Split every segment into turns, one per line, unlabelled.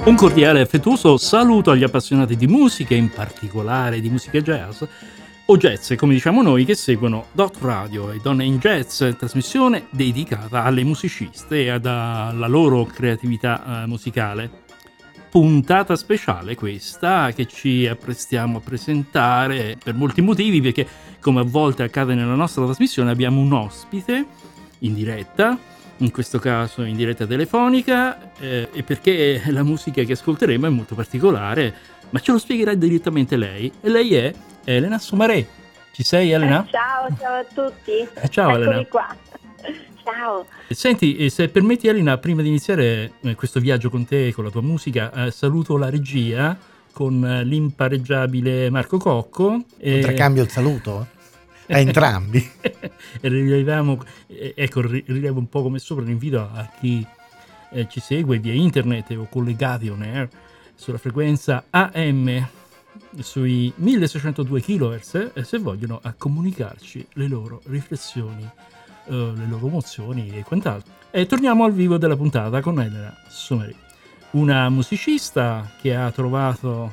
Un cordiale e affettuoso saluto agli appassionati di musica, in particolare di musica jazz, o jazz come diciamo noi, che seguono Dot Radio e Donne in Jazz, trasmissione dedicata alle musiciste e alla loro creatività musicale. Puntata speciale questa che ci apprestiamo a presentare per molti motivi, perché come a volte accade nella nostra trasmissione abbiamo un ospite in diretta, in questo caso in diretta telefonica, e perché la musica che ascolteremo è molto particolare, ma ce lo spiegherà direttamente lei, e lei è Elena Soumaré. Ci sei, Elena?
Ciao a tutti.
Ciao,
Eccomi
Elena.
qua. Ciao.
Senti, se permetti, Elena, prima di iniziare questo viaggio con te, con la tua musica, saluto la regia con l'impareggiabile Marco Cocco.
Contraccambio il saluto a entrambi.
E rileviamo, rilevo un po' come sopra l'invito a chi ci segue via internet o collegati on air sulla frequenza AM sui 1602 kHz, se vogliono a comunicarci le loro riflessioni, le loro emozioni e quant'altro. E torniamo al vivo della puntata con Elena Soumaré, una musicista che ha trovato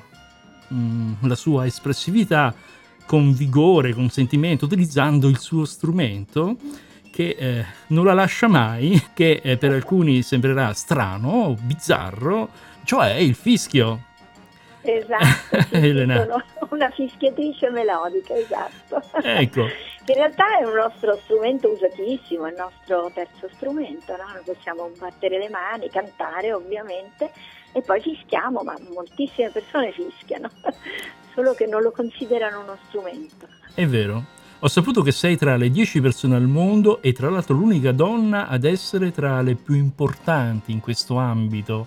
la sua espressività con vigore, con sentimento, utilizzando il suo strumento che non la lascia mai, che per alcuni sembrerà strano o bizzarro, cioè il fischio.
Esatto, sì,
Elena.
Sono una fischiatrice melodica, esatto.
Ecco.
Che in realtà è un nostro strumento usatissimo, è il nostro terzo strumento, no? Noi possiamo battere le mani, cantare ovviamente, e poi fischiamo, ma moltissime persone fischiano, solo che non lo considerano uno strumento.
È vero. Ho saputo che sei tra le 10 persone al mondo e tra l'altro l'unica donna ad essere tra le più importanti in questo ambito.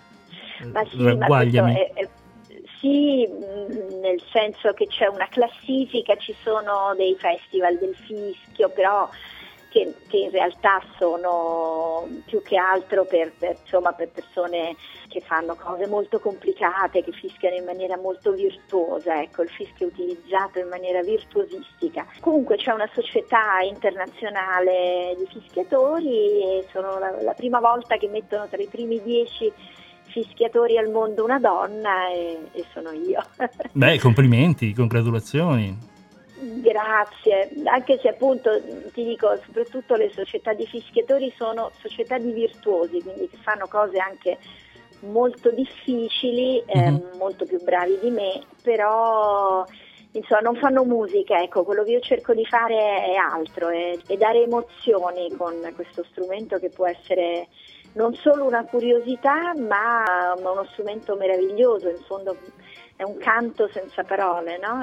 Ma sì,
Ragguagliami.
ma questo sì, nel senso che c'è una classifica, ci sono dei festival del fischio, però che in realtà sono più che altro per persone che fanno cose molto complicate, che fischiano in maniera molto virtuosa. Ecco, il fischio è utilizzato in maniera virtuosistica. Comunque c'è una società internazionale di fischiatori e sono la prima volta che mettono tra i primi 10 fischiatori al mondo una donna e sono io.
Beh, complimenti, congratulazioni.
Grazie, anche se appunto ti dico, soprattutto le società di fischiatori sono società di virtuosi, quindi che fanno cose anche molto difficili, molto più bravi di me, però insomma non fanno musica. Ecco, quello che io cerco di fare è altro, è dare emozioni con questo strumento che può essere non solo una curiosità, ma uno strumento meraviglioso. In fondo è un canto senza parole, no?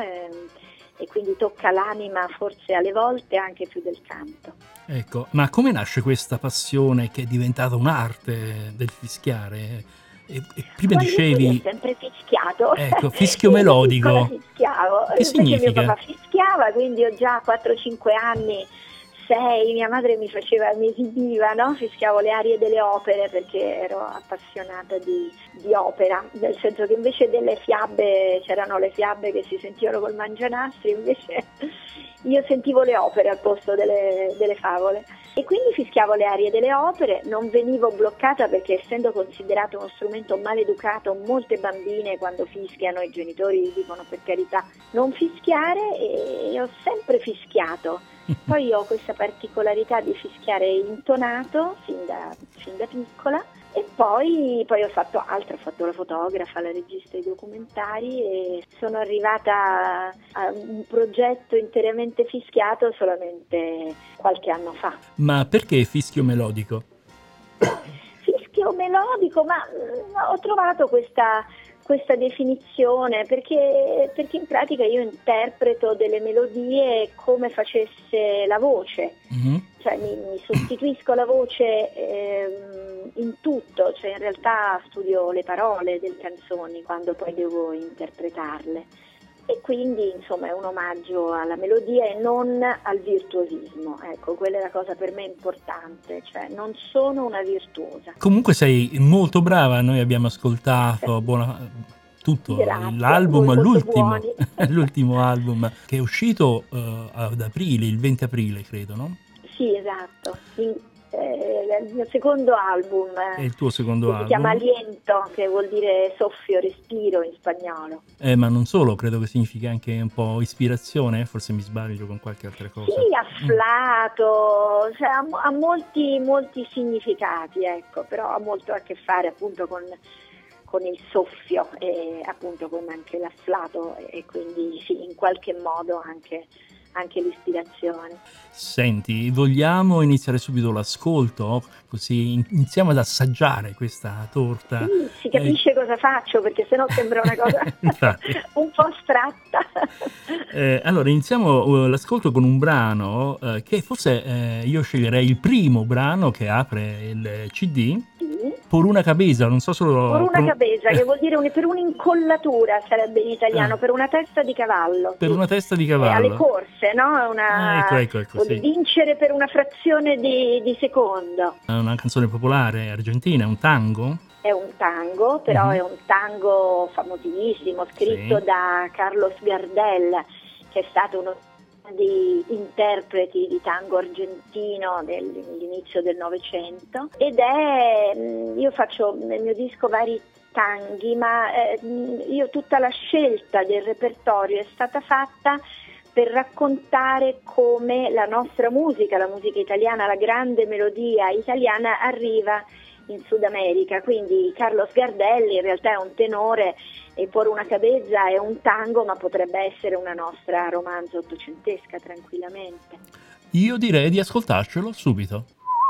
E quindi tocca l'anima forse alle volte anche più del canto.
Ecco, ma come nasce questa passione che è diventata un'arte del fischiare? E prima dicevi...
Io ho sempre fischiato.
Ecco, fischio melodico.
Fischiavo.
Che significa?
Mio papà fischiava, quindi ho già 4-5 anni, 6, mia madre mi esibiva, no? Fischiavo le arie delle opere perché ero appassionata di opera, nel senso che invece delle fiabe, c'erano le fiabe che si sentivano col mangianastri, invece io sentivo le opere al posto delle favole. E quindi fischiavo le arie delle opere, non venivo bloccata perché, essendo considerato uno strumento maleducato, molte bambine quando fischiano i genitori dicono per carità non fischiare, e ho sempre fischiato. Poi ho questa particolarità di fischiare intonato fin da piccola, e poi ho fatto altro, ho fatto la fotografa, la regista di documentari, e sono arrivata a un progetto interamente fischiato solamente qualche anno fa.
Ma perché fischio melodico?
Fischio melodico, ma ho trovato questa definizione perché in pratica io interpreto delle melodie come facesse la voce, cioè mi sostituisco la voce in tutto, cioè in realtà studio le parole delle canzoni quando poi devo interpretarle, e quindi insomma è un omaggio alla melodia e non al virtuosismo. Ecco, quella è la cosa per me importante, cioè non sono una virtuosa.
Comunque sei molto brava, noi abbiamo ascoltato tutto.
Grazie,
l'album,
molto
l'ultimo album che è uscito ad aprile, il 20 aprile credo, no?
Sì, esatto, il mio secondo album.
È il tuo secondo album?
Si chiama Aliento, che vuol dire soffio, respiro in spagnolo.
Ma non solo, credo che significa anche un po' ispirazione, forse mi sbaglio con qualche altra cosa.
Sì, afflato, cioè, ha molti significati, ecco, però ha molto a che fare appunto con il soffio e appunto con anche l'afflato e quindi sì, in qualche modo anche l'ispirazione.
Senti, vogliamo iniziare subito l'ascolto? Così iniziamo ad assaggiare questa torta.
Sì, si capisce cosa faccio, perché sennò sembra una cosa un po' astratta.
Allora, iniziamo l'ascolto con un brano che forse io sceglierei il primo brano che apre il CD. Por una cabeza, non so solo...
Por una cabeza, che vuol dire per un'incollatura, sarebbe in italiano, per una testa di cavallo.
Per una testa di cavallo.
Alle corse, no?
Ecco,
vuol
sì.
Vincere per una frazione di secondo.
È una canzone popolare argentina, è un tango?
È un tango, però è un tango famosissimo, scritto da Carlos Gardel, che è stato uno di interpreti di tango argentino dell'inizio del Novecento, ed io faccio nel mio disco vari tanghi, ma io tutta la scelta del repertorio è stata fatta per raccontare come la nostra musica, la musica italiana, la grande melodia italiana arriva in Sud America. Quindi Carlos Gardel in realtà è un tenore e Por una cabeza è un tango, ma potrebbe essere una nostra romanza ottocentesca tranquillamente.
Io direi di ascoltarcelo subito.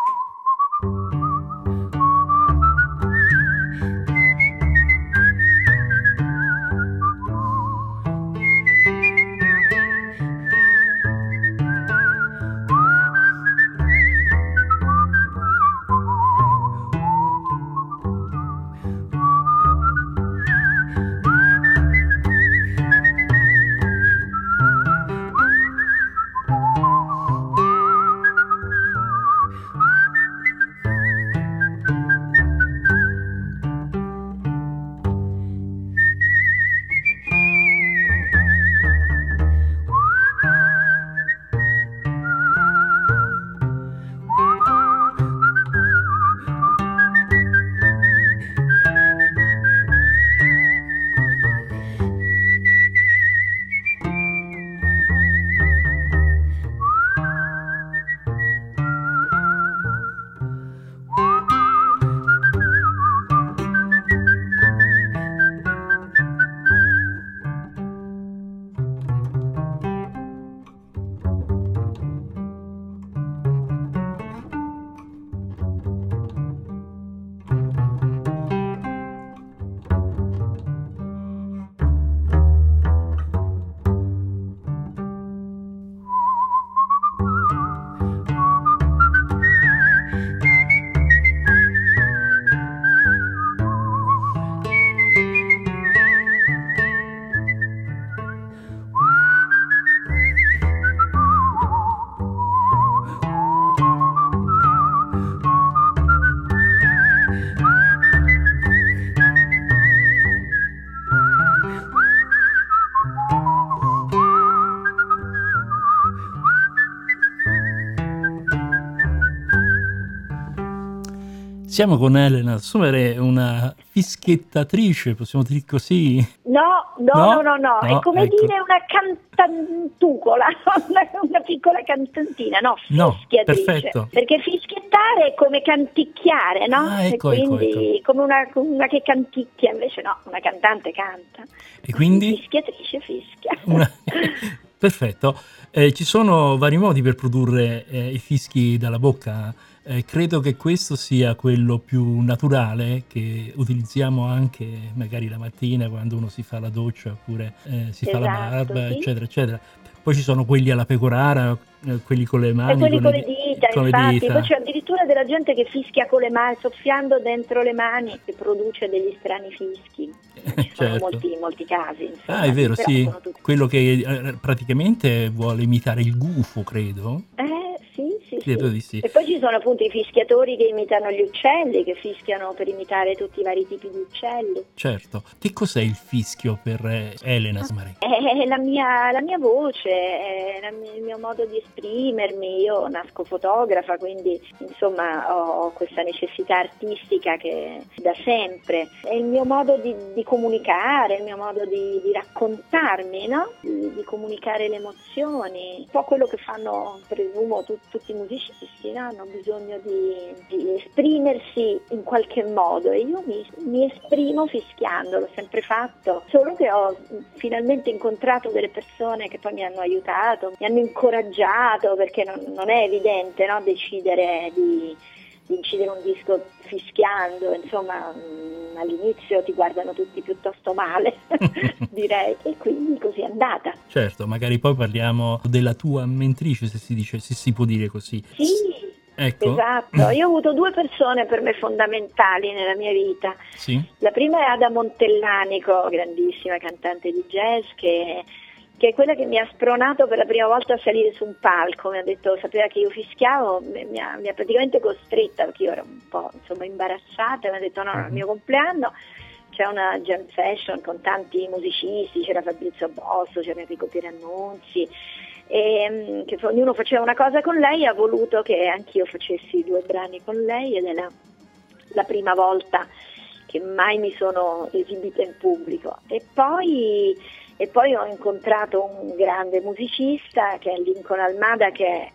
Siamo con Elena Sommer, una fischiettatrice, possiamo dire così?
No, è come dire una cantantucola, una piccola cantantina, fischiettatrice.
Perfetto.
Perché fischiettare è come canticchiare, no?
Ecco.
Come una che canticchia, invece no, una cantante canta.
E quindi?
Fischiettatrice fischia.
Perfetto. Ci sono vari modi per produrre i fischi dalla bocca. Credo che questo sia quello più naturale, che utilizziamo anche magari la mattina quando uno si fa la doccia oppure si fa la barba,
sì.
eccetera, eccetera. Poi ci sono quelli alla pecorara, quelli con le mani.
E quelli con le dita, infatti. Poi c'è addirittura della gente che fischia con le mani, soffiando dentro le mani, e produce degli strani fischi. Ci sono molti casi. Insomma,
è vero,
però
sì. Quello che praticamente vuole imitare il gufo, credo.
Sì, sì,
Credo
sì.
di sì.
E poi ci sono appunto i fischiatori che imitano gli uccelli, che fischiano per imitare tutti i vari tipi di uccelli.
Certo. Che cos'è il fischio per Elena Smarè?
È la mia voce, è il mio modo di esprimermi. Io nasco fotografa, quindi insomma ho questa necessità artistica che da sempre. È il mio modo di comunicare, il mio modo di raccontarmi, no? Di comunicare le emozioni. Un po' quello che fanno, presumo, tutti i musicisti, no? Hanno bisogno di esprimersi in qualche modo, e io mi esprimo fischiando, l'ho sempre fatto, solo che ho finalmente incontrato delle persone che poi mi hanno aiutato, mi hanno incoraggiato, perché non è evidente, no? Decidere di incidere un disco fischiando, insomma, all'inizio ti guardano tutti piuttosto male, direi, e quindi così è andata.
Certo, magari poi parliamo della tua mentrice, se si può dire così.
Sì,
ecco.
Esatto. Io ho avuto due persone per me fondamentali nella mia vita.
Sì.
La prima è Ada Montellanico, grandissima cantante di jazz, che è quella che mi ha spronato per la prima volta a salire su un palco. Mi ha detto, sapeva che io fischiavo, mi ha praticamente costretta, perché io ero un po' imbarazzata, e mi ha detto no, al mio compleanno c'è una jam session con tanti musicisti, c'era Fabrizio Bosco, c'era Enrico Pierannunzi, e che ognuno faceva una cosa con lei, ha voluto che anch'io facessi 2 brani con lei, ed è la prima volta che mai mi sono esibita in pubblico. E poi ho incontrato un grande musicista che è Lincoln Almada, che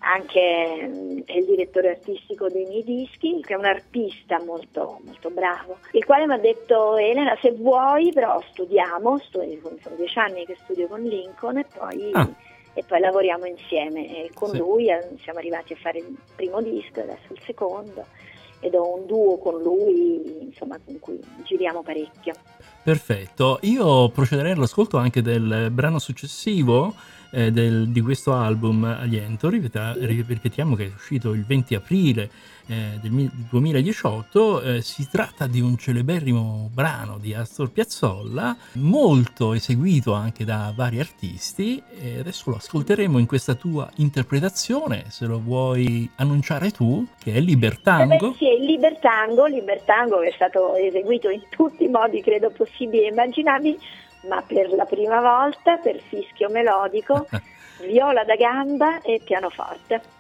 è il direttore artistico dei miei dischi, che è un arpista molto, molto bravo, il quale mi ha detto: Elena, se vuoi, però studiamo, sono 10 anni che studio con Lincoln, e poi lavoriamo insieme, e con lui siamo arrivati a fare il primo disco, adesso il secondo, ed ho un duo con lui, insomma, con cui giriamo parecchio.
Perfetto, io procederei all'ascolto anche del brano successivo di questo album Aliento. Ripetiamo che è uscito il 20 aprile del 2018. Si tratta di un celeberrimo brano di Astor Piazzolla, molto eseguito anche da vari artisti, e adesso lo ascolteremo in questa tua interpretazione, se lo vuoi annunciare tu, che è Libertango.
Sì, è il Libertango che è stato eseguito in tutti i modi credo possibili e immaginabili, ma per la prima volta per fischio melodico, viola da gamba e pianoforte.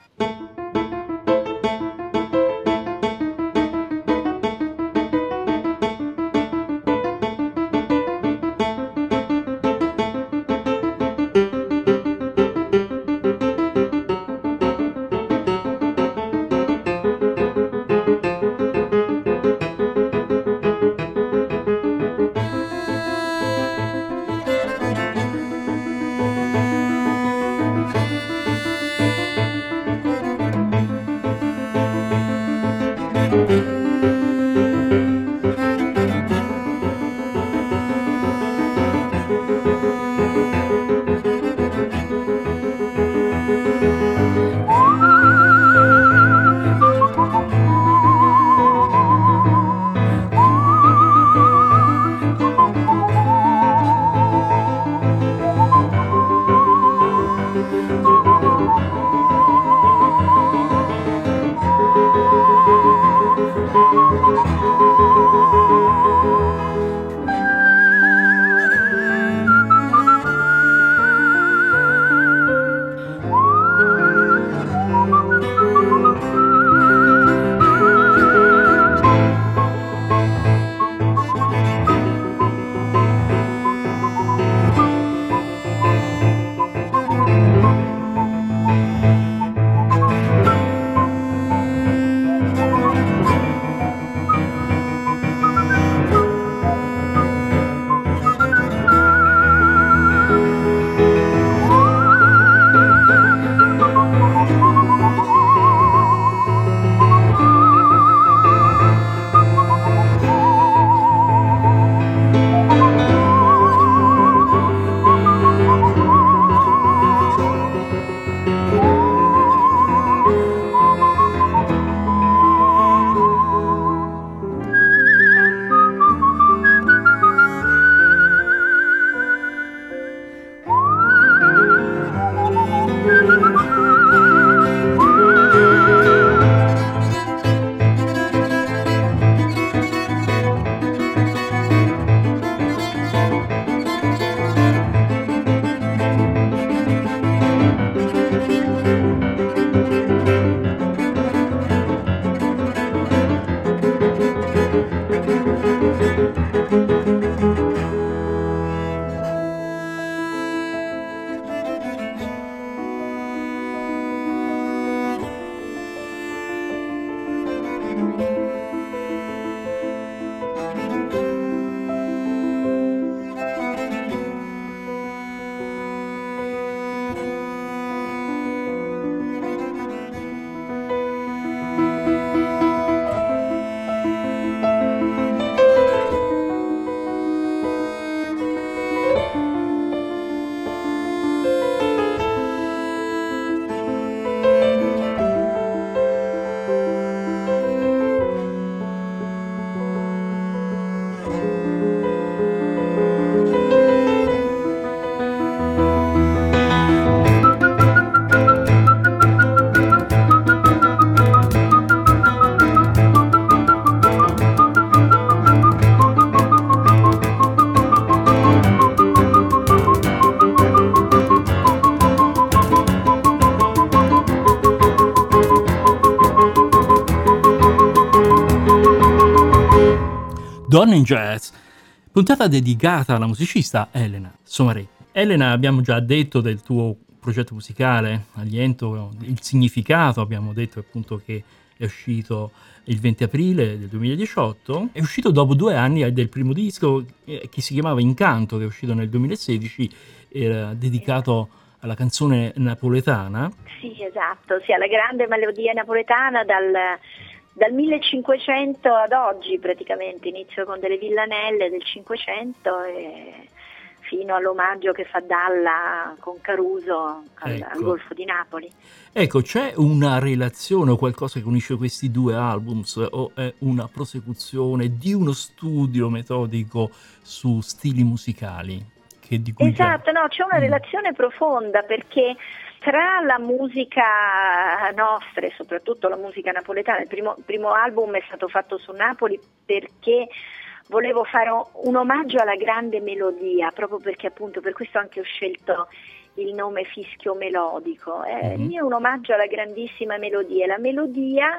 Donne in Jazz, puntata dedicata alla musicista Elena Somaré. Elena, abbiamo già detto del tuo progetto musicale, Aliento, il significato, abbiamo detto appunto che è uscito il 20 aprile del 2018, è uscito dopo 2 anni del primo disco che si chiamava Incanto, che è uscito nel 2016, era dedicato alla canzone napoletana.
Sì, esatto, sì, alla grande melodia napoletana dal 1500 ad oggi praticamente, inizio con delle villanelle del 500 e fino all'omaggio che fa Dalla con Caruso al Golfo di Napoli.
Ecco, c'è una relazione o qualcosa che unisce questi 2 albums o è una prosecuzione di uno studio metodico su stili musicali?
Esatto, no, c'è una relazione profonda perché tra la musica nostra e soprattutto la musica napoletana, il primo album è stato fatto su Napoli perché volevo fare un omaggio alla grande melodia, proprio perché appunto per questo anche ho scelto il nome Fischio Melodico. È un omaggio alla grandissima melodia. La melodia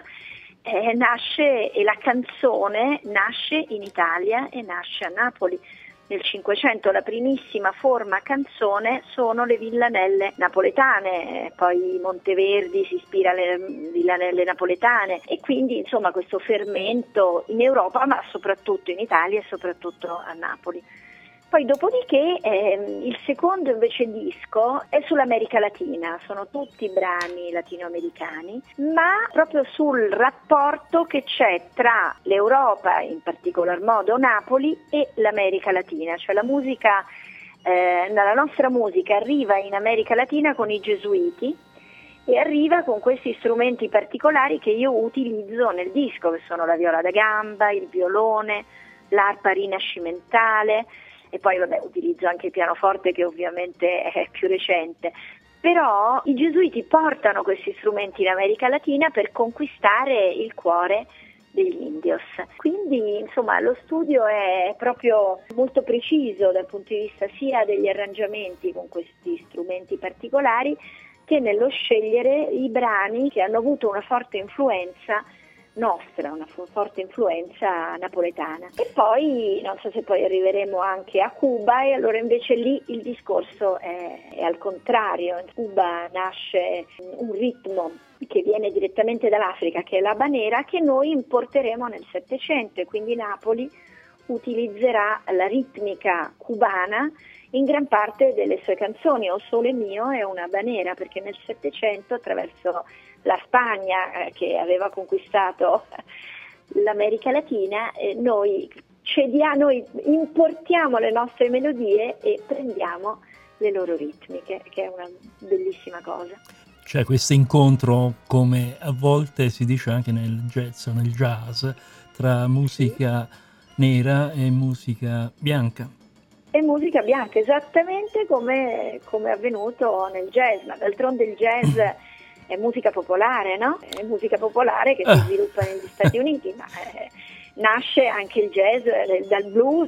nasce e la canzone nasce in Italia e nasce a Napoli. Nel Cinquecento la primissima forma canzone sono le villanelle napoletane, poi Monteverdi si ispira alle villanelle napoletane e quindi insomma questo fermento in Europa ma soprattutto in Italia e soprattutto a Napoli. Poi dopodiché il secondo invece disco è sull'America Latina, sono tutti brani latinoamericani, ma proprio sul rapporto che c'è tra l'Europa, in particolar modo Napoli, e l'America Latina, cioè la musica, la nostra musica arriva in America Latina con i gesuiti e arriva con questi strumenti particolari che io utilizzo nel disco, che sono la viola da gamba, il violone, l'arpa rinascimentale, e poi utilizzo anche il pianoforte che ovviamente è più recente. Però i gesuiti portano questi strumenti in America Latina per conquistare il cuore degli indios. Quindi insomma lo studio è proprio molto preciso dal punto di vista sia degli arrangiamenti con questi strumenti particolari che nello scegliere i brani che hanno avuto una forte influenza nostra, una forte influenza napoletana. E poi non so se poi arriveremo anche a Cuba e allora invece lì il discorso è al contrario. In Cuba nasce un ritmo che viene direttamente dall'Africa, che è l'habanera, che noi importeremo nel Settecento e quindi Napoli utilizzerà la ritmica cubana in gran parte delle sue canzoni. O Sole Mio è una habanera perché nel Settecento attraverso la Spagna che aveva conquistato l'America Latina, noi importiamo le nostre melodie e prendiamo le loro ritmiche, che è una bellissima cosa.
C'è questo incontro, come a volte si dice anche nel jazz o nel jazz, tra musica nera e musica bianca.
E musica bianca, esattamente come è avvenuto nel jazz, ma d'altronde il jazz è musica popolare, no? È musica popolare che si sviluppa negli Stati Uniti, ma nasce anche il jazz dal blues,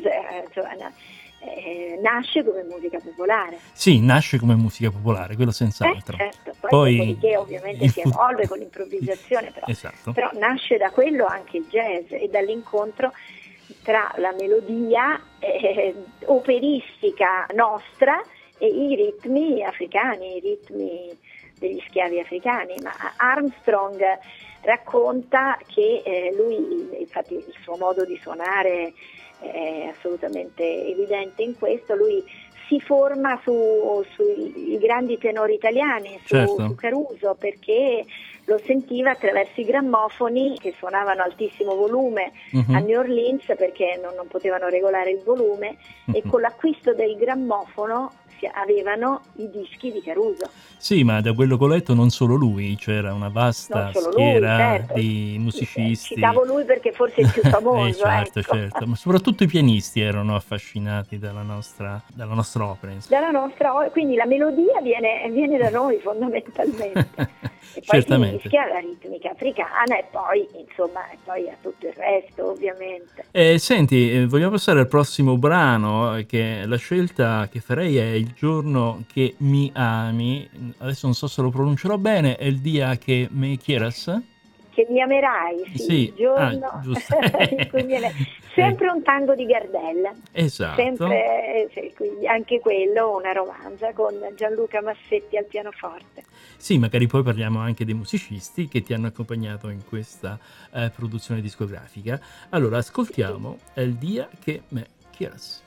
nasce come musica popolare.
Sì, nasce come musica popolare, quello senz'altro.
Certo, poi dopodiché ovviamente si evolve con l'improvvisazione, però nasce da quello anche il jazz e dall'incontro tra la melodia operistica nostra e i ritmi africani, i ritmi degli schiavi africani. Ma Armstrong racconta che lui, infatti il suo modo di suonare è assolutamente evidente in questo, lui si forma sui grandi tenori italiani, su Caruso, perché lo sentiva attraverso i grammofoni che suonavano a altissimo volume a New Orleans perché non potevano regolare il volume e con l'acquisto del grammofono avevano i dischi di Caruso.
Sì, ma da quello che ho letto non solo lui, c'era una vasta schiera di musicisti.
Citavo lui perché forse è il più famoso.
Certo, ma soprattutto i pianisti erano affascinati dalla nostra opera.
Quindi la melodia viene da noi fondamentalmente. E poi si mischia la ritmica africana e poi a tutto il resto ovviamente.
Senti, vogliamo passare al prossimo brano, che la scelta che farei è Il giorno che mi ami, adesso non so se lo pronuncerò bene, è il dia che me quieras?
Che mi amerai,
sì.
Il giorno
giusto.
in cui Sempre un tango di Gardel.
Esatto.
Sempre, quindi anche quello una romanza con Gianluca Massetti al pianoforte.
Sì, magari poi parliamo anche dei musicisti che ti hanno accompagnato in questa produzione discografica. Allora, ascoltiamo El Dia che me quieras.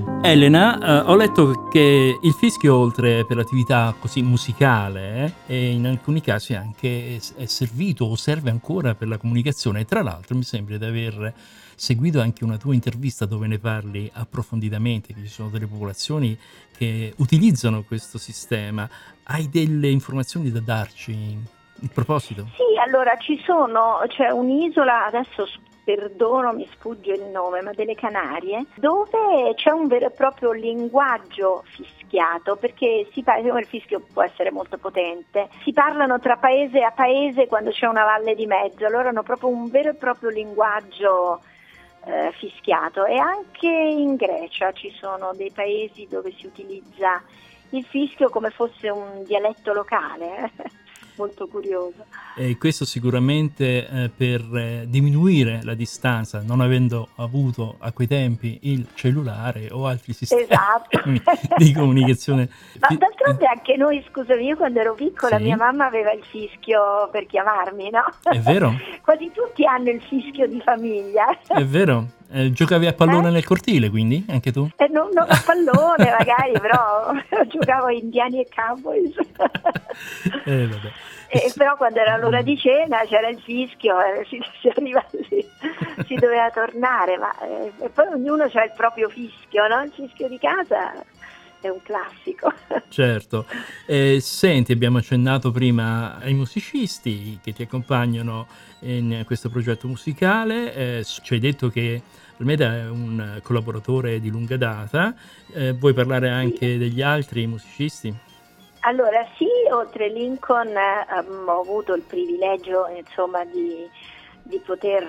Elena, ho letto che il fischio, oltre per l'attività così musicale, e in alcuni casi anche è servito o serve ancora per la comunicazione. Tra l'altro mi sembra di aver seguito anche una tua intervista dove ne parli approfonditamente, che ci sono delle popolazioni che utilizzano questo sistema. Hai delle informazioni da darci in proposito?
Sì, allora c'è un'isola, adesso perdono, mi sfugge il nome, ma delle Canarie, dove c'è un vero e proprio linguaggio fischiato, perché il fischio può essere molto potente, si parlano tra paese a paese quando c'è una valle di mezzo, allora hanno proprio un vero e proprio linguaggio fischiato. E anche in Grecia ci sono dei paesi dove si utilizza il fischio come fosse un dialetto locale. Molto curioso.
E questo sicuramente per diminuire la distanza, non avendo avuto a quei tempi il cellulare o altri sistemi di comunicazione.
Ma d'altronde anche noi, scusami, io quando ero piccola
Sì.
mia mamma aveva il fischio per chiamarmi, no?
È vero?
Quasi tutti hanno il fischio di famiglia.
È vero? Giocavi a pallone nel cortile, quindi? Anche tu?
Non a pallone magari, però giocavo a Indiani e Cowboys.
Vabbè.
Però quando era l'ora di cena c'era il fischio, si doveva tornare, ma e poi ognuno ha il proprio fischio, no? Il fischio di casa è un classico.
Certo. Senti, abbiamo accennato prima ai musicisti che ti accompagnano in questo progetto musicale. Ci hai detto che Almeda è un collaboratore di lunga data. Vuoi parlare anche degli altri musicisti?
Allora sì, oltre Lincoln ho avuto il privilegio di poter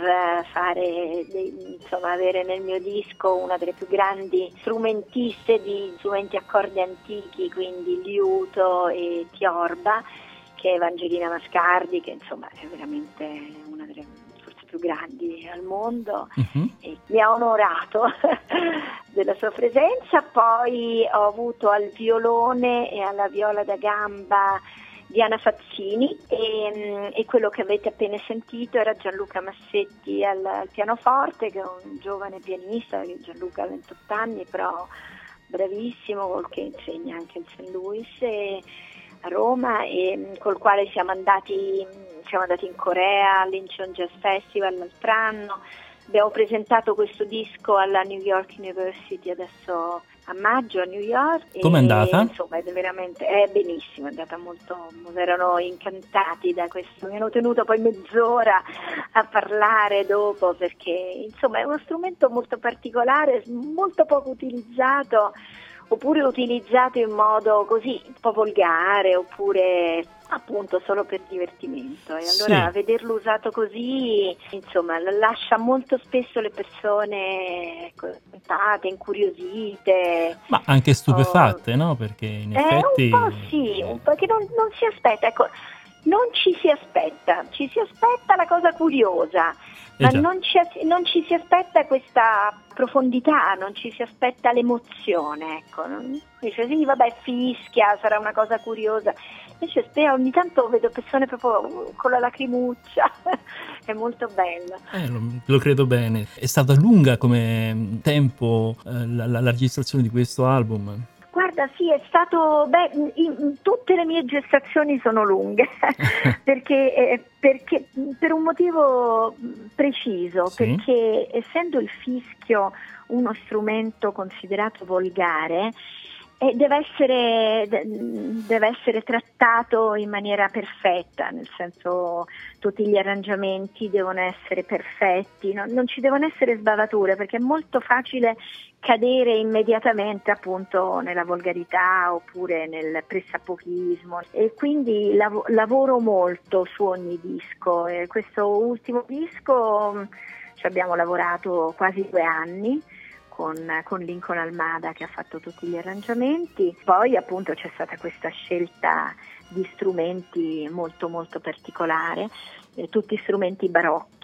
avere nel mio disco una delle più grandi strumentiste di strumenti a corde antichi, quindi liuto e tiorba, che è Evangelina Mascardi, che insomma è veramente una delle forse più grandi al mondo. E mi ha onorato della sua presenza. Poi ho avuto al violone e alla viola da gamba Diana Fazzini e quello che avete appena sentito era Gianluca Massetti al pianoforte, che è un giovane pianista, che Gianluca ha 28 anni, però bravissimo, che insegna anche il St. Louis a Roma, e col quale siamo andati in Corea all'Incheon Jazz Festival l'altro anno. Abbiamo presentato questo disco alla New York University adesso a maggio a New York.
Com'è andata?
Insomma, è benissimo, è andata molto, erano incantati da questo. Mi hanno tenuto poi mezz'ora a parlare dopo, perché insomma è uno strumento molto particolare, molto poco utilizzato, oppure utilizzato in modo così un po' volgare, oppure appunto solo per divertimento, e allora vederlo usato così insomma lascia molto spesso le persone contentate, incuriosite,
ma anche stupefatte, no? Perché in effetti
un po' sì, perché non si aspetta, ecco, non ci si aspetta la cosa curiosa, ma non ci si aspetta questa profondità, non ci si aspetta l'emozione, ecco. Dice sì, vabbè, fischia, sarà una cosa curiosa. Invece ogni tanto vedo persone proprio con la lacrimuccia, è molto bello.
Lo credo bene. È stata lunga come tempo la registrazione di questo album?
Guarda, sì, è stato, tutte le mie gestazioni sono lunghe, perché per un motivo preciso, perché essendo il fischio uno strumento considerato volgare, deve essere trattato in maniera perfetta, nel senso tutti gli arrangiamenti devono essere perfetti, non ci devono essere sbavature, perché è molto facile cadere immediatamente appunto nella volgarità oppure nel pressapochismo, e quindi lavoro molto su ogni disco. E questo ultimo disco ci abbiamo lavorato quasi 2 anni con Lincoln Almada, che ha fatto tutti gli arrangiamenti. Poi appunto c'è stata questa scelta di strumenti molto molto particolare, tutti strumenti barocchi,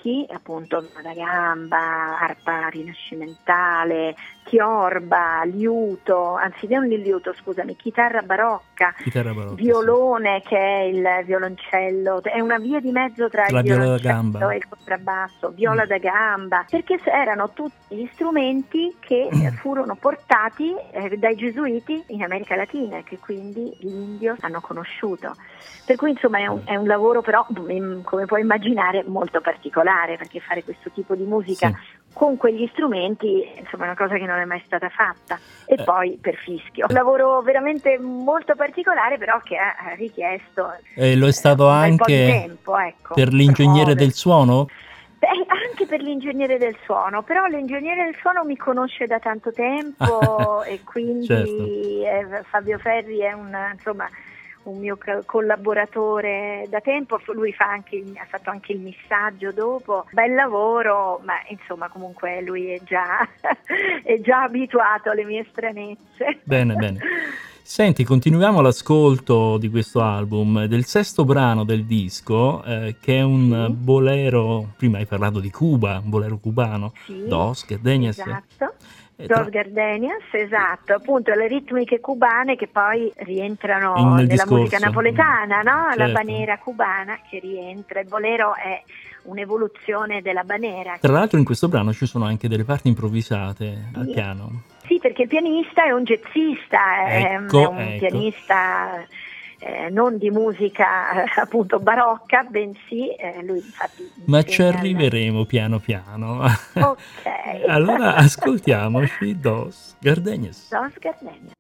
barocchi, appunto da gamba, arpa rinascimentale, tiorba, liuto, anzi non il liuto, scusami, chitarra barocca, violone, sì, che è il violoncello, è una via di mezzo tra il violoncello e il contrabbasso, viola da gamba, perché erano tutti gli strumenti che furono portati dai gesuiti in America Latina, che quindi gli indios hanno conosciuto. Per cui insomma è un lavoro però, come puoi immaginare, molto particolare, perché fare questo tipo di musica, sì, con quegli strumenti, insomma, è una cosa che non è mai stata fatta. E poi per fischio. Un lavoro veramente molto particolare, però che ha richiesto
lo è stato
un
anche
bel po' di tempo, ecco,
per l'ingegnere del suono?
Anche per l'ingegnere del suono, però l'ingegnere del suono mi conosce da tanto tempo e quindi certo. Fabio Ferri è un mio collaboratore da tempo, lui ha fatto anche il missaggio dopo, bel lavoro, ma insomma comunque lui è già abituato alle mie stranezze.
Bene. Senti, continuiamo l'ascolto di questo album, del sesto brano del disco, che è un bolero, prima hai parlato di Cuba, un bolero cubano,
sì,
Dos Gardenias.
Esatto. Dos Gardenias, esatto, appunto le ritmiche cubane che poi rientrano nella musica napoletana, no? Certo. La banera cubana che rientra, il bolero è un'evoluzione della banera.
Tra l'altro in questo brano ci sono anche delle parti improvvisate al piano.
Sì, perché il pianista è un jazzista, è un pianista non di musica appunto barocca, bensì lui infatti.
Ma ci arriveremo piano piano.
Ok.
Allora ascoltiamoci Dos Gardenias.
Dos Gardenias.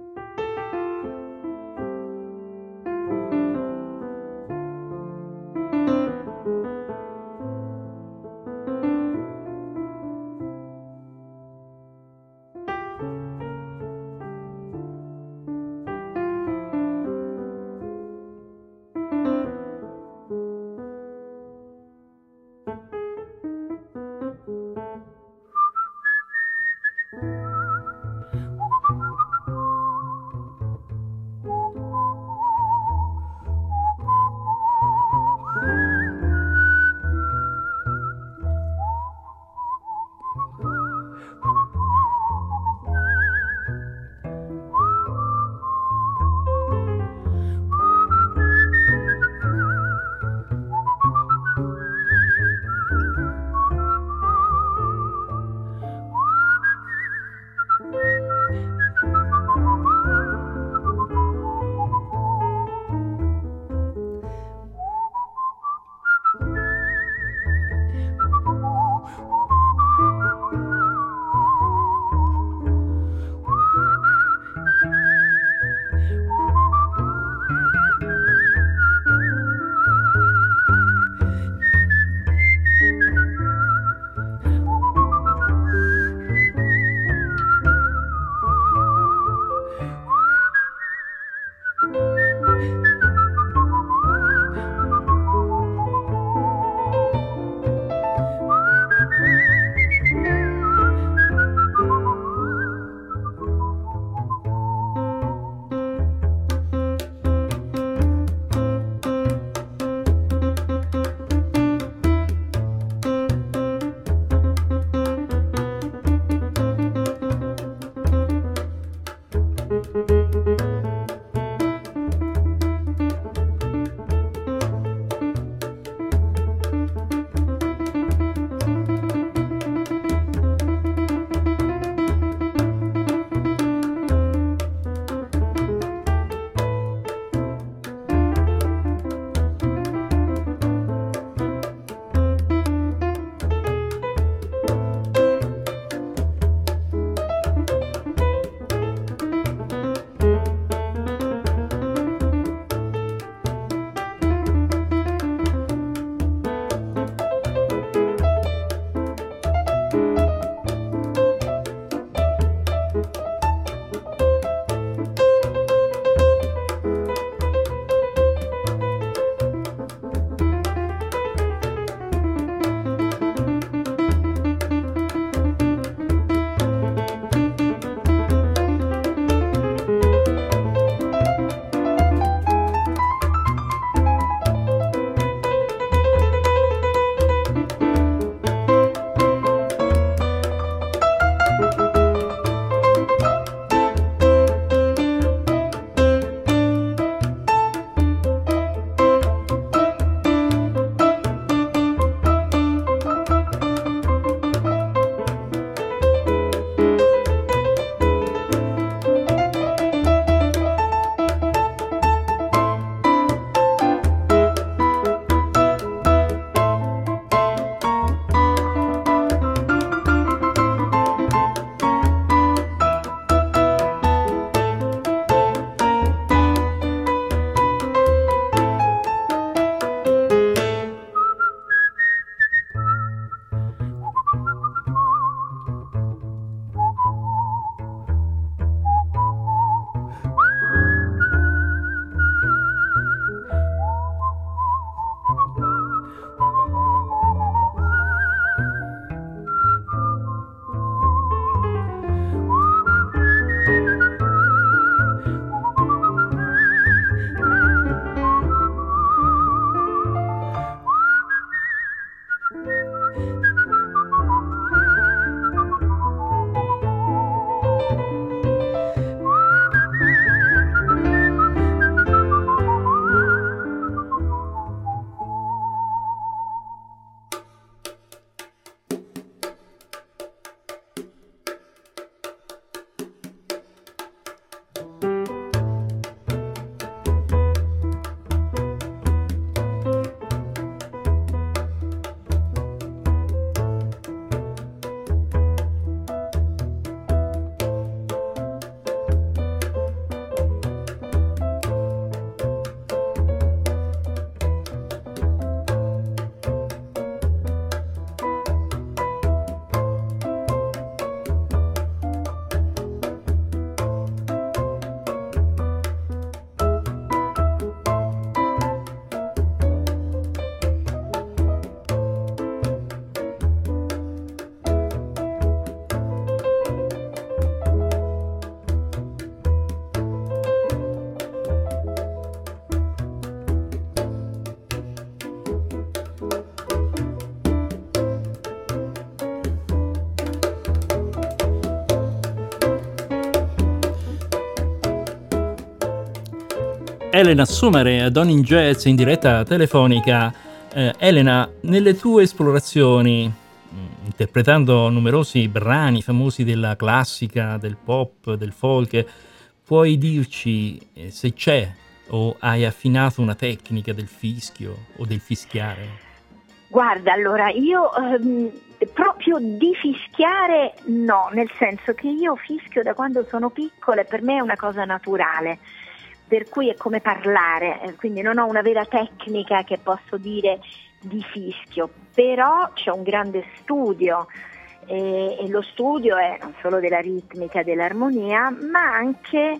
Elena Sumare, Don in Jazz in diretta telefonica. Elena, nelle tue esplorazioni, interpretando numerosi brani famosi della classica, del pop, del folk, puoi dirci se c'è o hai affinato una tecnica del fischio o del fischiare?
Guarda, allora io proprio di fischiare no, nel senso che io fischio da quando sono piccola e per me è una cosa naturale, per cui è come parlare, quindi non ho una vera tecnica che posso dire di fischio, però c'è un grande studio e lo studio è non solo della ritmica, dell'armonia, ma anche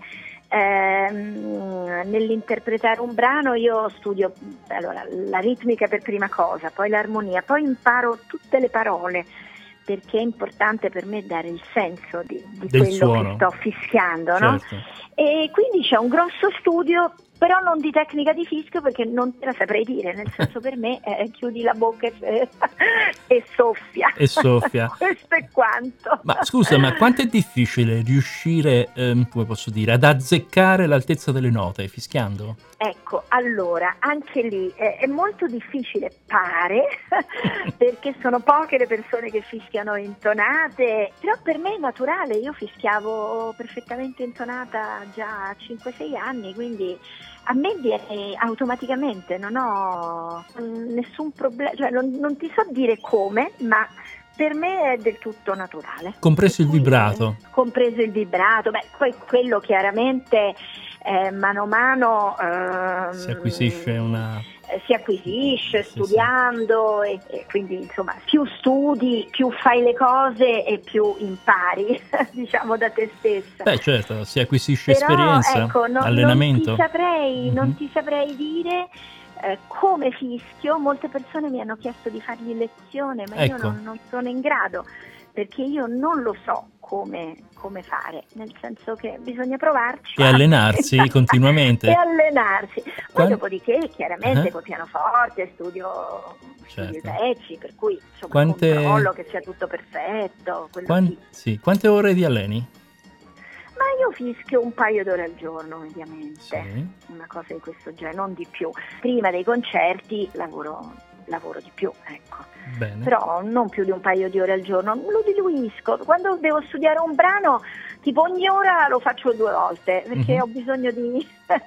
nell'interpretare un brano. Io studio allora la ritmica per prima cosa, poi l'armonia, poi imparo tutte le parole, perché è importante per me dare il senso di quello
suono
che sto fischiando,
certo.
No? E quindi c'è un grosso studio, però non di tecnica di fischio, perché non te la saprei dire, nel senso, per me chiudi la bocca e soffia.
E soffia.
Questo è quanto.
Ma scusa, ma quanto è difficile riuscire, come posso dire, ad azzeccare l'altezza delle note fischiando?
Ecco, allora, anche lì è molto difficile, pare, perché sono poche le persone che fischiano intonate, però per me è naturale, io fischiavo perfettamente intonata già a 5-6 anni, quindi a me viene automaticamente, non ho nessun problema, cioè non ti so dire come, ma per me è del tutto naturale.
Compreso il vibrato.
Compreso il vibrato, poi quello chiaramente mano a mano
si acquisisce
studiando sì. E quindi insomma più studi, più fai le cose e più impari diciamo da te stessa.
Beh certo, si acquisisce
però,
esperienza,
ecco,
allenamento.
Non ti saprei dire come fischio. Molte persone mi hanno chiesto di fargli lezione, ma io non sono in grado, perché io non lo so come fare, nel senso che bisogna provarci
e allenarsi continuamente.
E allenarsi. Poi dopodiché chiaramente col pianoforte studio i pezzi, per cui insomma controllo che sia tutto perfetto.
Sì. Quante ore di alleni?
Ma io fischio un paio d'ore al giorno mediamente,
sì.
Una cosa di questo genere, non di più. Prima dei concerti lavoro di più, ecco.
Bene.
Però non più di un paio di ore al giorno, lo diluisco. Quando devo studiare un brano, tipo ogni ora lo faccio 2 volte, perché ho bisogno di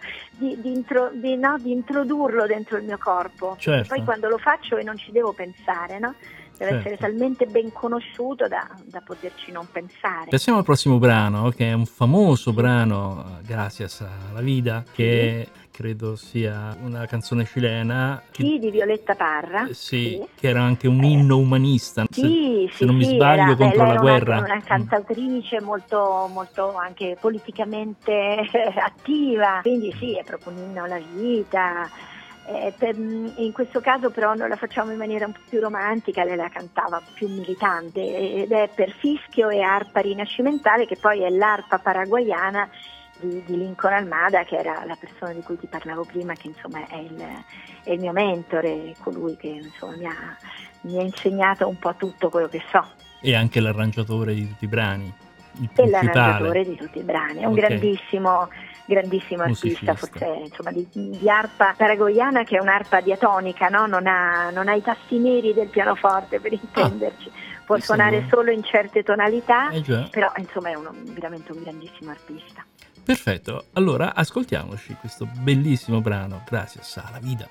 introdurlo dentro il mio corpo.
Certo.
Poi quando lo faccio e non ci devo pensare, no? Deve essere talmente ben conosciuto da poterci non pensare.
Passiamo al prossimo brano, che è un famoso brano, Gracias a la vida, che credo sia una canzone cilena.
Sì, di Violetta Parra.
Sì, che era anche un inno umanista,
se
non mi sbaglio, contro la guerra.
Una cantautrice molto, molto anche politicamente attiva, quindi sì, è proprio un inno alla vita. In questo caso però non la facciamo in maniera un po' più romantica, lei la cantava più militante, ed è per fischio e arpa rinascimentale, che poi è l'arpa paraguayana di Lincoln Almada, che era la persona di cui ti parlavo prima, che insomma è il mio mentore, colui che insomma mi ha insegnato un po' tutto quello che so.
E anche l'arrangiatore di tutti i brani.
E l'arrangiatore di tutti i brani, è un grandissimo artista,
musicista.
Forse insomma di arpa paraguayana, che è un'arpa diatonica, no? Non ha i tasti neri del pianoforte, per intenderci. Può suonare solo in certe tonalità, però insomma è veramente un grandissimo artista.
Perfetto, allora ascoltiamoci questo bellissimo brano, Gracias a la vida.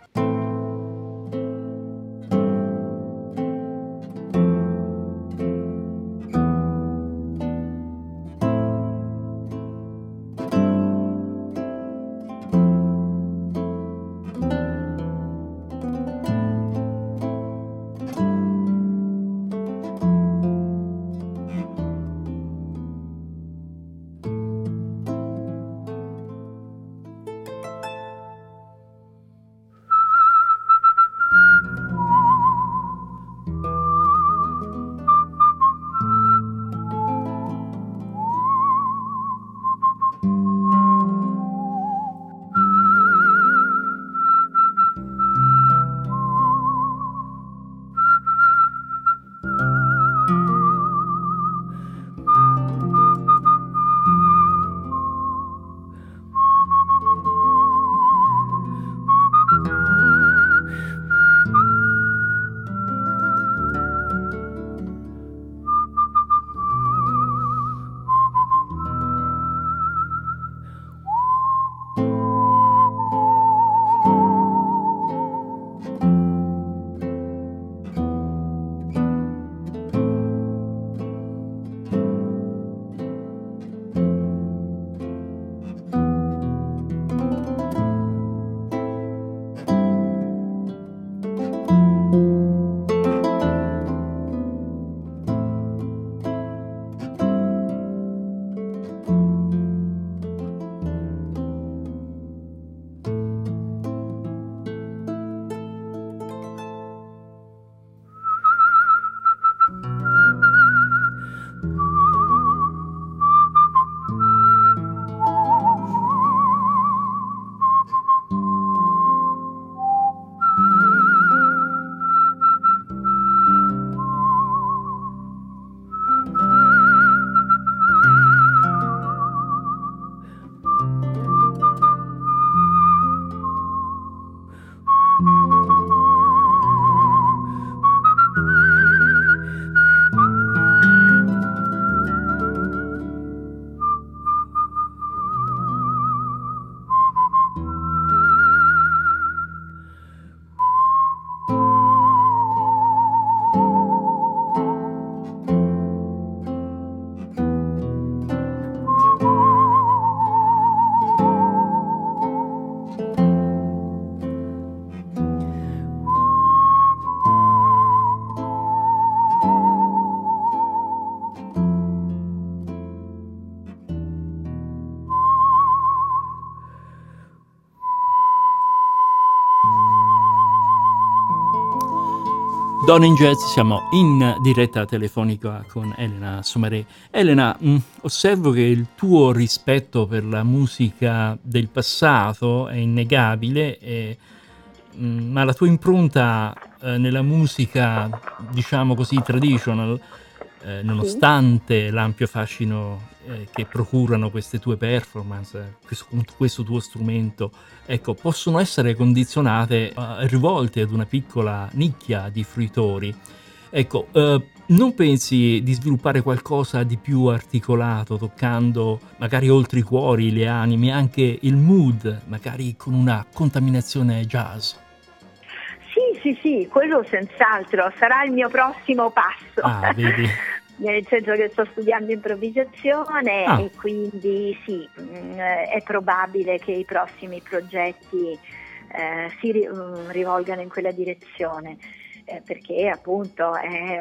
Donna in Jazz, siamo in diretta telefonica con Elena Sommaré. Elena, osservo che il tuo rispetto per la musica del passato è innegabile, ma la tua impronta nella musica, diciamo così, traditional, nonostante l'ampio fascino che procurano queste tue performance, questo tuo strumento, ecco, possono essere condizionate, rivolte ad una piccola nicchia di fruitori. Ecco, non pensi di sviluppare qualcosa di più articolato, toccando magari oltre i cuori, le anime, anche il mood, magari con una contaminazione jazz?
Sì, quello senz'altro sarà il mio prossimo passo.
Ah, vedi.
Nel senso che sto studiando improvvisazione e quindi sì, è probabile che i prossimi progetti si rivolgano in quella direzione, perché appunto è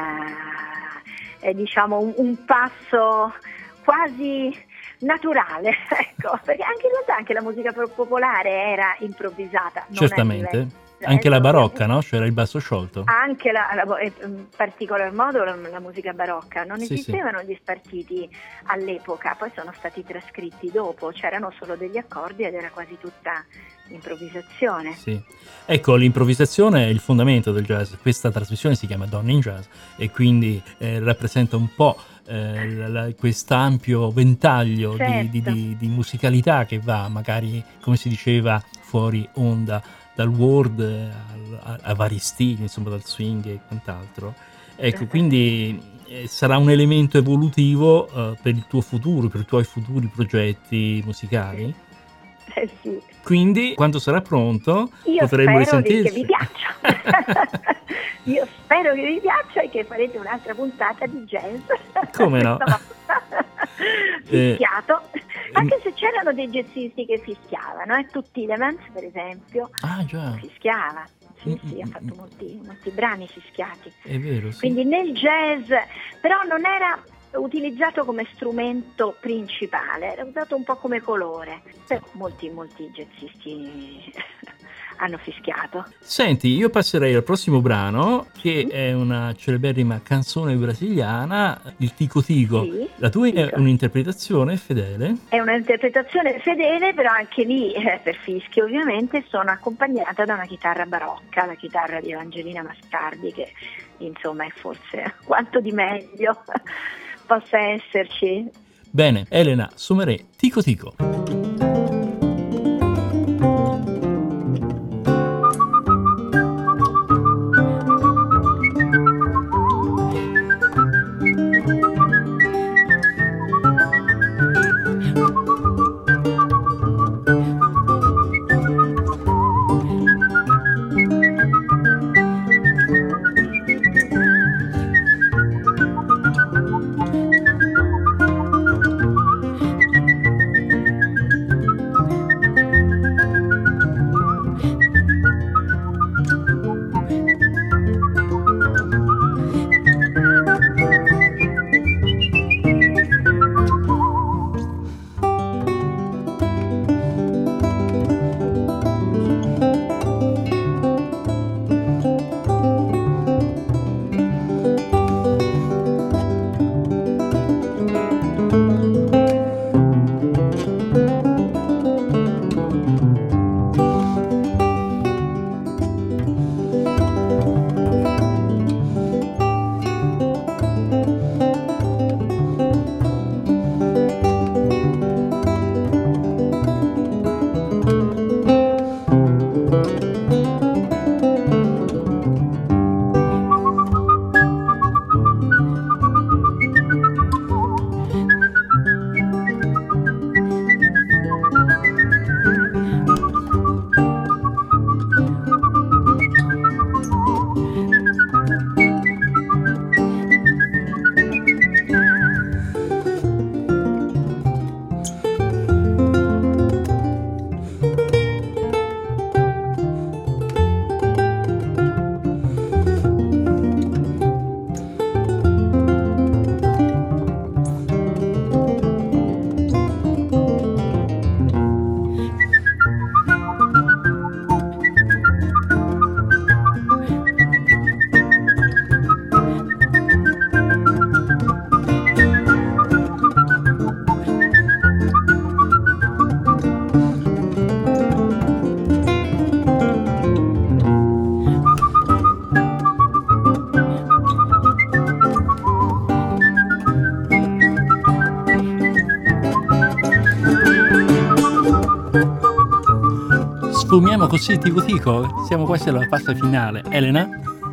diciamo un passo quasi naturale, ecco, perché anche in realtà anche la musica popolare era improvvisata.
Certamente. Anche la barocca, no? C'era il basso sciolto.
Anche in particolar modo la musica barocca. Non esistevano gli spartiti all'epoca, poi sono stati trascritti dopo, c'erano solo degli accordi ed era quasi tutta improvvisazione.
Sì. Ecco, l'improvvisazione è il fondamento del jazz. Questa trasmissione si chiama Donna in Jazz e quindi rappresenta un po' quest'ampio ventaglio di musicalità che va magari, come si diceva, fuori onda, dal world a vari stili, insomma dal swing e quant'altro. Ecco, quindi sarà un elemento evolutivo per il tuo futuro, per i tuoi futuri progetti musicali?
Sì.
Quindi, quando sarà pronto,
Io
potremo risentirci.
spero che vi piaccia. Io spero che vi piaccia e che farete un'altra puntata di jazz.
Come no?
Fischiato. Anche se c'erano dei jazzisti che fischiavano, Tutti Elements per esempio.
Ah, già.
Fischiava. Sì, ha fatto molti brani fischiati.
È vero, sì.
Quindi nel jazz, però non era utilizzato come strumento principale, era usato un po' come colore. Però molti jazzisti hanno fischiato.
Senti, io passerei al prossimo brano, che è una celeberrima canzone brasiliana, il Tico Tico.
Sì,
la tua è un'interpretazione fedele?
È un'interpretazione fedele, però anche lì, per fischi ovviamente, sono accompagnata da una chitarra barocca, la chitarra di Evangelina Mascardi, che insomma è forse quanto di meglio possa esserci.
Bene, Elena Sommaré, Tico Tico. sfumiamo così tico tico, siamo quasi alla fase finale. Elena?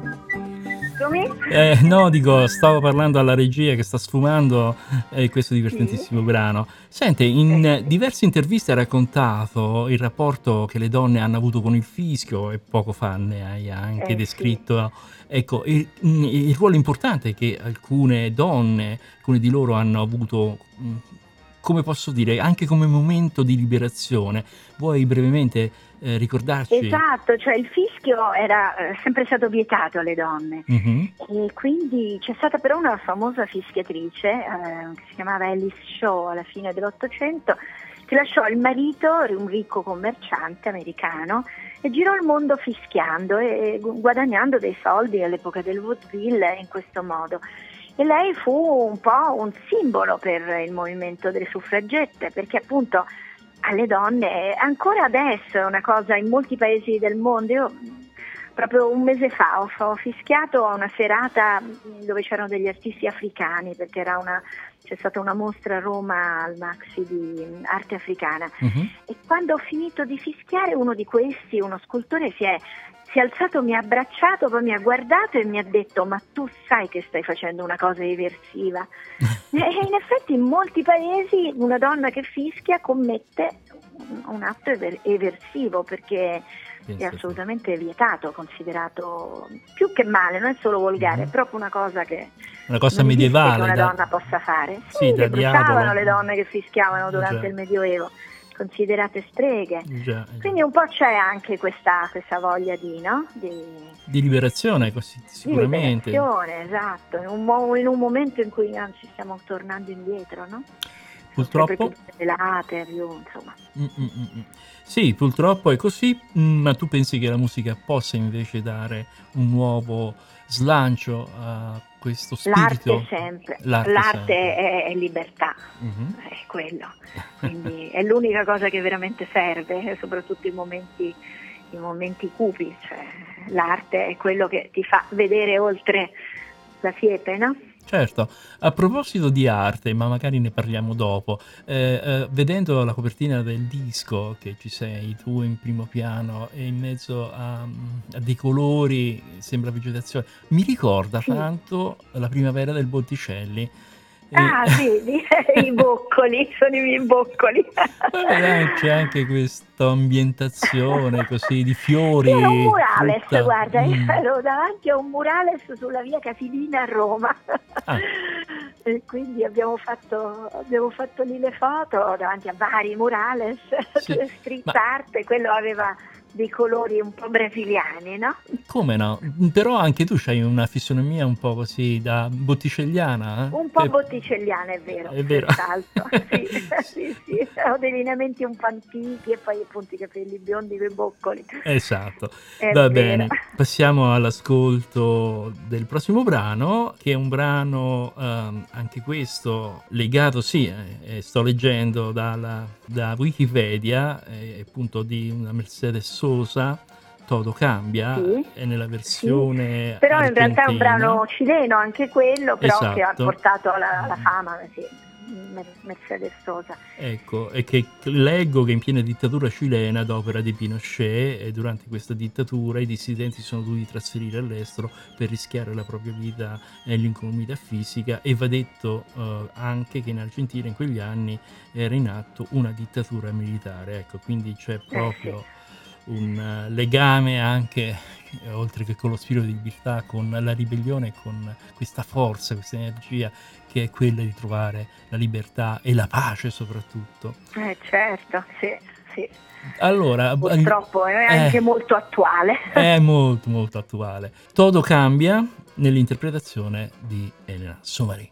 No, dico, stavo parlando alla regia che sta sfumando questo divertentissimo brano. Sente, in diverse interviste hai raccontato il rapporto che le donne hanno avuto con il fischio e poco fa ne hai anche descritto, ecco, il ruolo importante che alcune donne, alcune di loro hanno avuto, come posso dire, anche come momento di liberazione. Vuoi brevemente ricordarci?
Esatto, cioè il fischio era sempre stato vietato alle donne e quindi c'è stata però una famosa fischiatrice che si chiamava Alice Shaw alla fine dell'Ottocento, che lasciò il marito, un ricco commerciante americano, e girò il mondo fischiando e guadagnando dei soldi all'epoca del vaudeville in questo modo. E lei fu un po' un simbolo per il movimento delle suffragette, perché appunto alle donne, ancora adesso è una cosa in molti paesi del mondo. Io proprio un mese fa ho fischiato a una serata dove c'erano degli artisti africani, perché c'è stata una mostra a Roma al Maxi di arte africana, e quando ho finito di fischiare uno di questi, uno scultore, si è alzato, mi ha abbracciato, poi mi ha guardato e mi ha detto: ma tu sai che stai facendo una cosa eversiva? E in effetti in molti paesi una donna che fischia commette un atto eversivo, perché è assolutamente vietato, considerato più che male, non è solo volgare, è proprio una cosa che
medievale
che una donna possa fare.
Sì,
le bruciavano
diavolo.
Le donne che fischiavano durante il Medioevo, considerate streghe.
Già.
Quindi un po' c'è anche questa voglia di
liberazione, sicuramente.
Di liberazione, esatto, in un momento in cui anzi stiamo tornando indietro, no?
Purtroppo.
Più velate, insomma.
Sì, purtroppo è così, ma tu pensi che la musica possa invece dare un nuovo slancio a questo spirito?
L'arte sempre. L'arte è libertà, è quello. Quindi è l'unica cosa che veramente serve, soprattutto in momenti cupi. Cioè, l'arte è quello che ti fa vedere oltre la siepe, no?
Certo, a proposito di arte, ma magari ne parliamo dopo, vedendo la copertina del disco che ci sei tu in primo piano e in mezzo a dei colori, sembra vegetazione, mi ricorda tanto la primavera del Botticelli.
Sì, i boccoli, sono i miei boccoli.
C'è anche questa ambientazione così di fiori.
Era un murales,
frutta.
Guarda, io ero davanti a un murales sulla via Casilina a Roma. E quindi abbiamo fatto lì le foto davanti a vari murales, street art, quello aveva dei colori un po' brasiliani, no?
Come no? Però anche tu c'hai una fisionomia un po' così da botticelliana.
Un po' botticelliana, è vero.
È vero.
Sì, ho dei lineamenti un po' antichi e poi appunto i capelli biondi coi boccoli.
Esatto. Va bene, passiamo all'ascolto del prossimo brano, che è un brano anche questo legato, sto leggendo da Wikipedia, appunto di una Mercedes Sosa, Todo cambia, è nella versione
però
argentina.
In realtà è un brano cileno anche quello, però che ha portato alla fama, Mercedes Sosa.
Ecco, e che leggo che in piena dittatura cilena, ad opera di Pinochet, e durante questa dittatura i dissidenti sono dovuti trasferire all'estero per rischiare la propria vita e l'incolumità fisica, e va detto anche che in Argentina in quegli anni era in atto una dittatura militare, ecco, quindi c'è proprio un legame anche, oltre che con lo spirito di libertà, con la ribellione, con questa forza, questa energia che è quella di trovare la libertà e la pace soprattutto.
Certo, sì.
Allora,
purtroppo è anche molto attuale.
È molto molto attuale. Todo cambia nell'interpretazione di Elena Somari.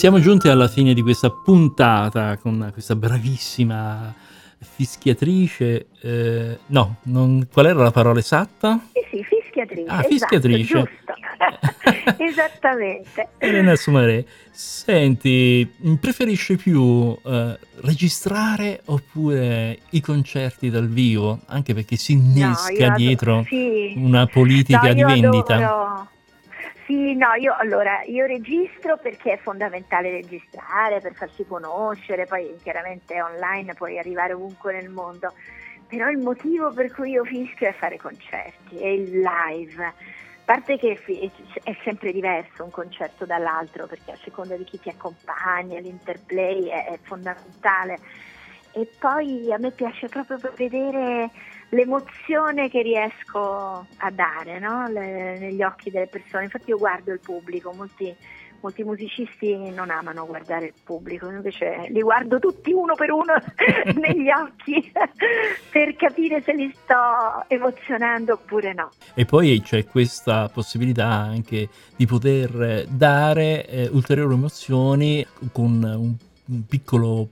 Siamo giunti alla fine di questa puntata con questa bravissima fischiatrice. No, qual era la parola esatta?
Sì, fischiatrice.
Ah, fischiatrice.
Esatto, giusto. Esattamente.
Elena Soumaré, senti, preferisci più registrare oppure i concerti dal vivo? Anche perché si innesca dietro una politica di vendita.
Adoro. Sì, no, io registro perché è fondamentale registrare per farsi conoscere, poi chiaramente online puoi arrivare ovunque nel mondo, però il motivo per cui io fischio è fare concerti, è il live. A parte che è sempre diverso un concerto dall'altro, perché a seconda di chi ti accompagna, l'interplay è fondamentale. E poi a me piace proprio vedere l'emozione che riesco a dare, no? Negli occhi delle persone. Infatti io guardo il pubblico, molti musicisti non amano guardare il pubblico, invece li guardo tutti uno per uno negli occhi per capire se li sto emozionando oppure no.
E poi c'è questa possibilità anche di poter dare ulteriori emozioni con un piccolo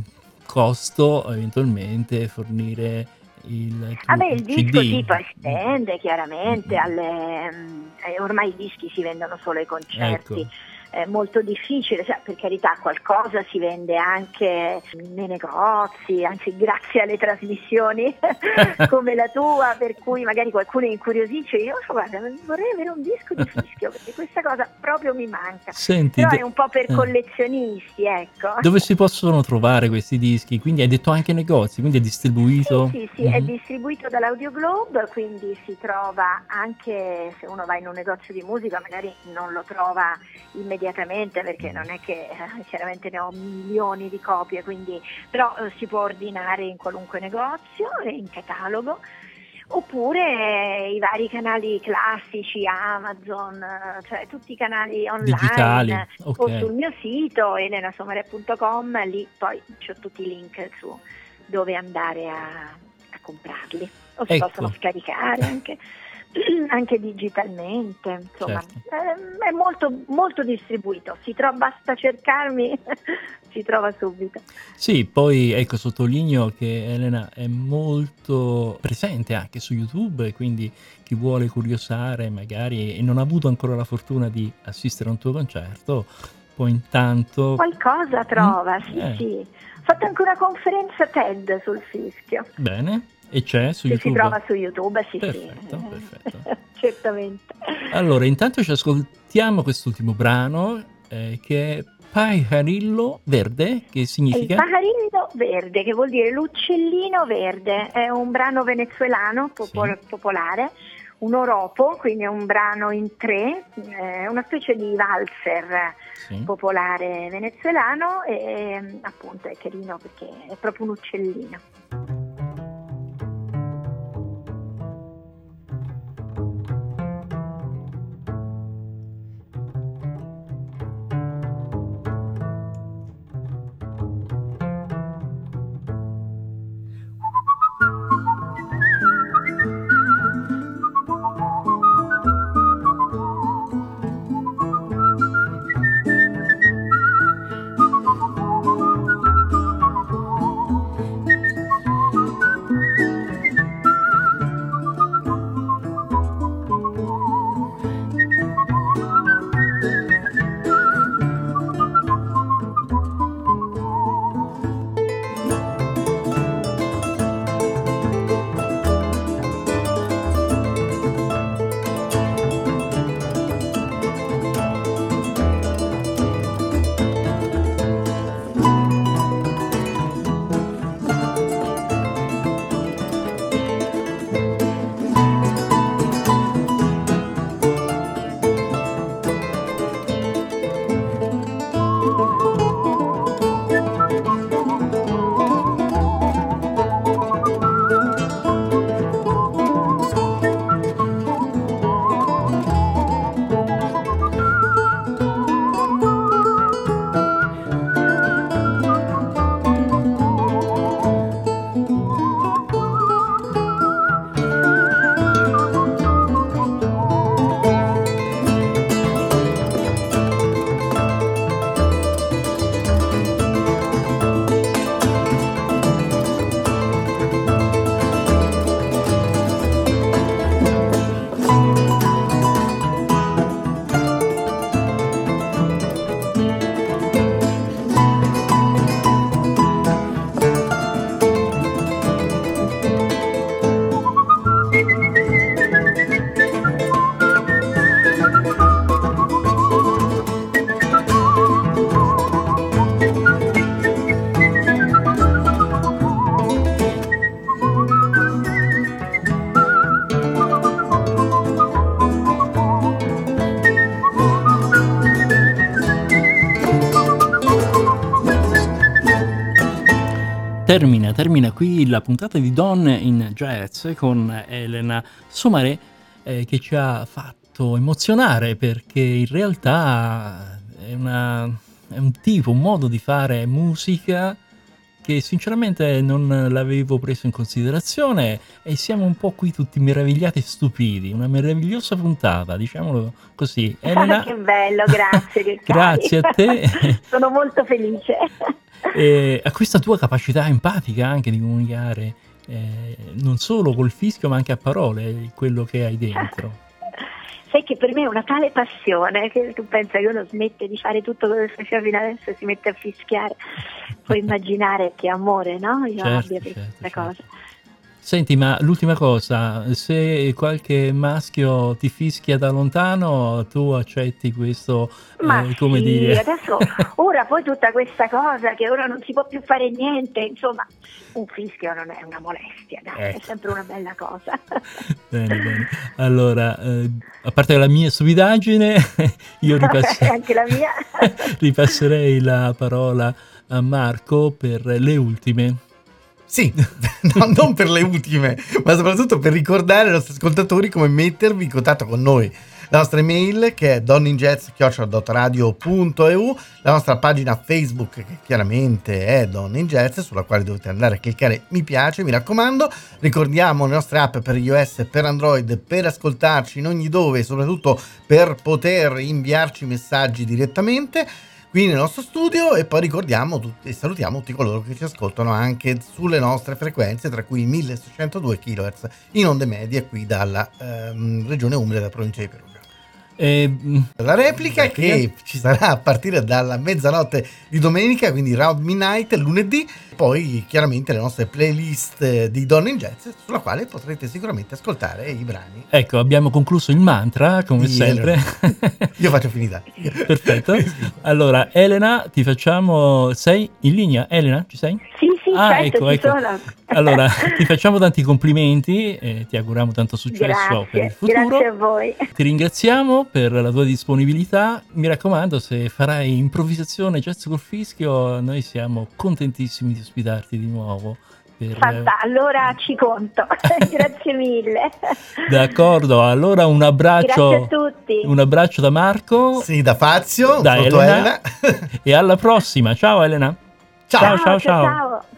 costo, eventualmente fornire il
disco
CD.
sì, poi stende chiaramente ormai i dischi si vendono solo ai concerti.
Ecco.
È molto difficile, cioè, per carità qualcosa si vende anche nei negozi, anzi grazie alle trasmissioni come la tua, per cui magari qualcuno incuriosisce, io guarda, vorrei avere un disco di fischio perché questa cosa proprio mi manca.
Senti,
però è un po' per collezionisti, ecco.
Dove si possono trovare questi dischi? Quindi hai detto anche negozi, quindi è distribuito?
Sì, è distribuito dall'Audio Globe, quindi si trova anche se uno va in un negozio di musica, magari non lo trova immediatamente perché non è che chiaramente ne ho milioni di copie, quindi però si può ordinare in qualunque negozio e in catalogo, oppure i vari canali classici, Amazon, cioè tutti i canali online
digitali,
o sul mio sito elenasoumaré.com, lì poi c'ho tutti i link su dove andare a comprarli, o si possono scaricare anche digitalmente, insomma.
Certo.
È molto, molto distribuito, basta cercarmi, si trova subito.
Sì, poi sottolineo che Elena è molto presente anche su YouTube, quindi chi vuole curiosare magari e non ha avuto ancora la fortuna di assistere a un tuo concerto, poi intanto
qualcosa trova, sì. Ho fatto anche una conferenza TED sul fischio.
Bene. E c'è su YouTube?
Si trova su YouTube, sì.
Perfetto.
Certamente.
Allora, intanto ci ascoltiamo quest'ultimo brano che è Pajarillo Verde, che significa?
Il pajarillo verde, che vuol dire l'uccellino verde, è un brano venezuelano popolare, un oropo, quindi è un brano in tre, una specie di valzer popolare venezuelano e appunto è carino perché è proprio un uccellino.
Termina qui la puntata di Don in Jazz con Elena Somare, che ci ha fatto emozionare, perché in realtà è un modo di fare musica che sinceramente non l'avevo preso in considerazione, e siamo un po' qui tutti meravigliati e stupiti. Una meravigliosa puntata, diciamolo così. Elena,
che bello, grazie. Che
grazie a te.
Sono molto felice.
A questa tua capacità empatica anche di comunicare, non solo col fischio ma anche a parole, quello che hai dentro.
Sai che per me è una tale passione che tu pensa che uno smette di fare tutto quello che faceva fino adesso e si mette a fischiare. Puoi immaginare che amore, no? Io abbia per questa cosa.
Senti, ma l'ultima cosa, se qualche maschio ti fischia da lontano, tu accetti questo, come
sì,
dire?
Adesso, ora poi tutta questa cosa che ora non si può più fare niente, insomma, un fischio non è una molestia, dai,
Ecco.
è sempre una bella cosa.
Bene. Allora, a parte la mia stupidaggine, io
Anche la mia.
ripasserei la parola a Marco per le ultime.
Sì, no, non per le ultime, ma soprattutto per ricordare ai nostri ascoltatori come mettervi in contatto con noi. La nostra email, che è donninjazz@radio.eu, la nostra pagina Facebook, che chiaramente è Donne in Jazz, sulla quale dovete andare a cliccare mi piace, mi raccomando. Ricordiamo le nostre app per iOS e per Android, per ascoltarci in ogni dove e soprattutto per poter inviarci messaggi direttamente qui nel nostro studio, e poi ricordiamo e salutiamo tutti coloro che ci ascoltano anche sulle nostre frequenze, tra cui 1602 kHz in onde medie qui dalla regione umida della provincia di Perugia. La replica che ci sarà a partire dalla mezzanotte di domenica, quindi Round Midnight lunedì, poi chiaramente le nostre playlist di Donne in Jazz, sulla quale potrete sicuramente ascoltare i brani.
Ecco, abbiamo concluso il mantra, come sempre.
Io faccio finita.
Perfetto. Allora, Elena, ti facciamo... Sei in linea? Elena, ci sei?
Sì, certo,
ecco.
sono.
Allora, ti facciamo tanti complimenti e ti auguriamo tanto successo per il futuro.
Grazie a voi.
Ti ringraziamo per la tua disponibilità. Mi raccomando, se farai improvvisazione jazz col fischio, noi siamo contentissimi di ospitarti di nuovo.
Allora ci conto. Grazie mille.
D'accordo, allora un abbraccio.
Grazie a tutti.
Un abbraccio da Marco.
Sì, da Fazio.
Da Elena. E alla prossima. Ciao Elena.
Ciao.
Ciao.